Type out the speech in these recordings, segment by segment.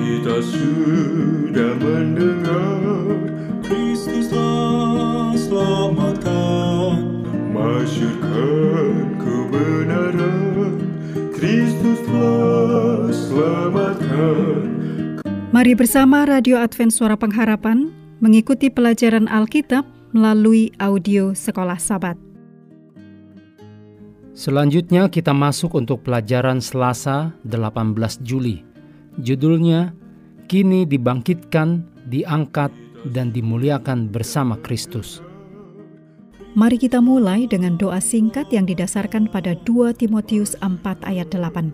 Kita sudah mendengar Kristuslah selamatkan, masyurkan kebenaran. Kristuslah selamatkan. Mari bersama Radio Advent Suara Pengharapan mengikuti pelajaran Alkitab melalui audio Sekolah Sabat. Selanjutnya kita masuk untuk pelajaran Selasa 18 Juli. Judulnya, Kini dibangkitkan, diangkat, dan dimuliakan bersama Kristus. Mari kita mulai dengan doa singkat yang didasarkan pada 2 Timotius 4 ayat 18.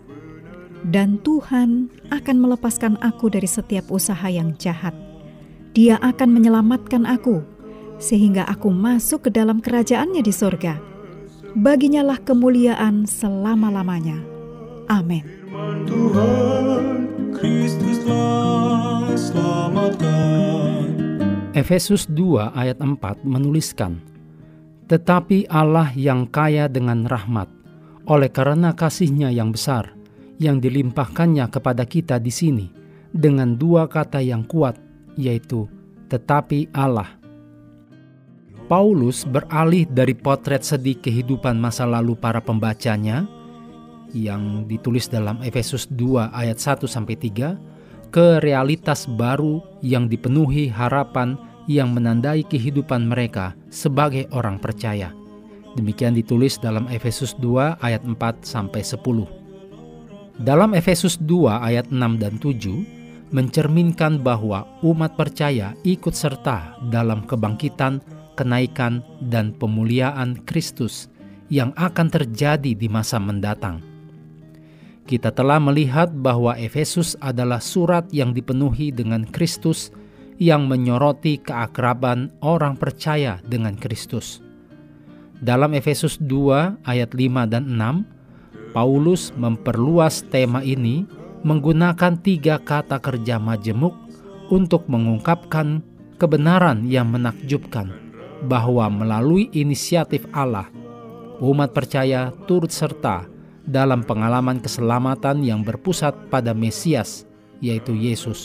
Dan Tuhan akan melepaskan aku dari setiap usaha yang jahat. Dia akan menyelamatkan aku, sehingga aku masuk ke dalam kerajaan-Nya di surga. Baginyalah kemuliaan selama-lamanya. Amin. Tuhan, Kristuslah selamatkan. Efesus 2 ayat 4 menuliskan, Tetapi Allah yang kaya dengan rahmat, oleh karena kasih-Nya yang besar, yang dilimpahkannya kepada kita di sini, dengan dua kata yang kuat, yaitu, tetapi Allah. Paulus beralih dari potret sedih kehidupan masa lalu para pembacanya yang ditulis dalam Efesus 2 ayat 1-3 ke realitas baru yang dipenuhi harapan yang menandai kehidupan mereka sebagai orang percaya. Demikian ditulis dalam Efesus 2 ayat 4-10. Dalam Efesus 2 ayat 6 dan 7 mencerminkan bahwa umat percaya ikut serta dalam kebangkitan, kenaikan, dan pemuliaan Kristus yang akan terjadi di masa mendatang. Kita telah melihat bahwa Efesus adalah surat yang dipenuhi dengan Kristus yang menyoroti keakraban orang percaya dengan Kristus. Dalam Efesus 2 ayat 5 dan 6, Paulus memperluas tema ini menggunakan 3 kata kerja majemuk untuk mengungkapkan kebenaran yang menakjubkan bahwa melalui inisiatif Allah, umat percaya turut serta dalam pengalaman keselamatan yang berpusat pada Mesias, yaitu Yesus.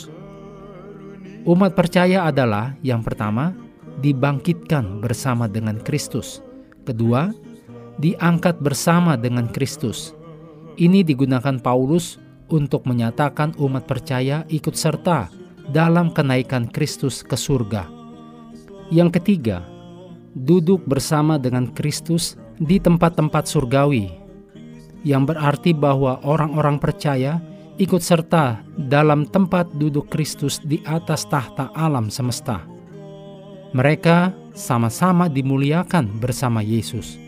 Umat percaya adalah, yang pertama, dibangkitkan bersama dengan Kristus. Kedua, diangkat bersama dengan Kristus. Ini digunakan Paulus untuk menyatakan umat percaya ikut serta dalam kenaikan Kristus ke surga. Yang ketiga, duduk bersama dengan Kristus di tempat-tempat surgawi, yang berarti bahwa orang-orang percaya ikut serta dalam tempat duduk Kristus di atas tahta alam semesta. Mereka sama-sama dimuliakan bersama Yesus.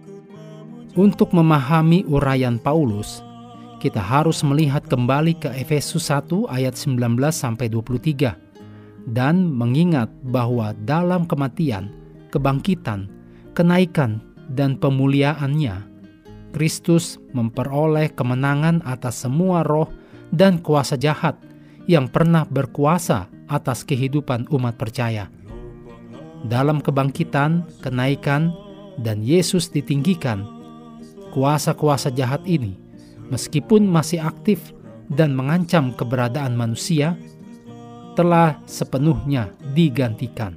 Untuk memahami uraian Paulus, kita harus melihat kembali ke Efesus 1 ayat 19-23 dan mengingat bahwa dalam kematian, kebangkitan, kenaikan, dan pemuliaannya, Kristus memperoleh kemenangan atas semua roh dan kuasa jahat yang pernah berkuasa atas kehidupan umat percaya. Dalam kebangkitan, kenaikan, dan Yesus ditinggikan, kuasa-kuasa jahat ini, meskipun masih aktif dan mengancam keberadaan manusia, telah sepenuhnya digantikan.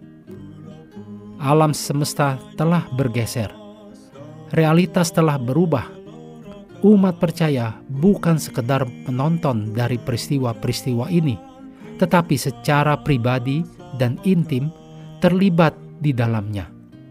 Alam semesta telah bergeser. Realitas telah berubah. Umat percaya bukan sekedar penonton dari peristiwa-peristiwa ini, tetapi secara pribadi dan intim terlibat di dalamnya.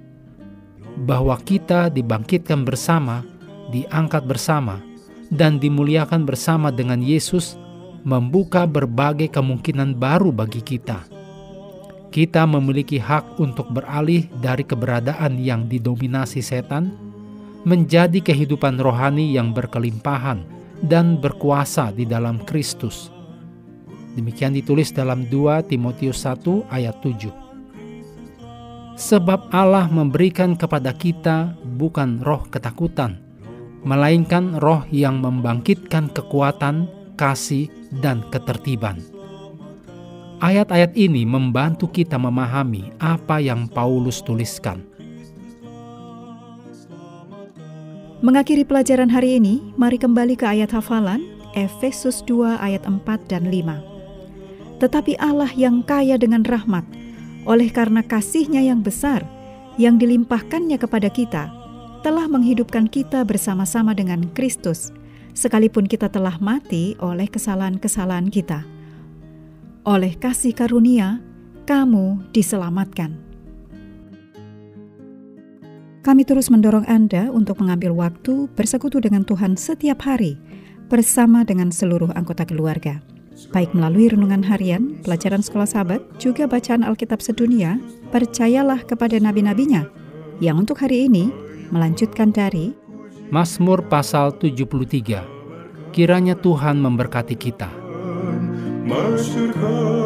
Bahwa kita dibangkitkan bersama, diangkat bersama, dan dimuliakan bersama dengan Yesus membuka berbagai kemungkinan baru bagi kita. Kita memiliki hak untuk beralih dari keberadaan yang didominasi setan menjadi kehidupan rohani yang berkelimpahan dan berkuasa di dalam Kristus. Demikian ditulis dalam 2 Timotius 1 ayat 7. Sebab Allah memberikan kepada kita bukan roh ketakutan, melainkan roh yang membangkitkan kekuatan, kasih, dan ketertiban. Ayat-ayat ini membantu kita memahami apa yang Paulus tuliskan. Mengakhiri pelajaran hari ini, mari kembali ke ayat hafalan Efesus 2 ayat 4 dan 5. tetapi Allah yang kaya dengan rahmat, oleh karena kasih-Nya yang besar, yang dilimpahkannya kepada kita, telah menghidupkan kita bersama-sama dengan Kristus, sekalipun kita telah mati oleh kesalahan-kesalahan kita. Oleh kasih karunia, kamu diselamatkan. Kami terus mendorong Anda untuk mengambil waktu bersekutu dengan Tuhan setiap hari, bersama dengan seluruh anggota keluarga. Baik melalui renungan harian, pelajaran sekolah Sabat, juga bacaan Alkitab sedunia, percayalah kepada nabi-nabinya, yang untuk hari ini melanjutkan dari Mazmur pasal 73. Kiranya Tuhan memberkati kita. Masyurkan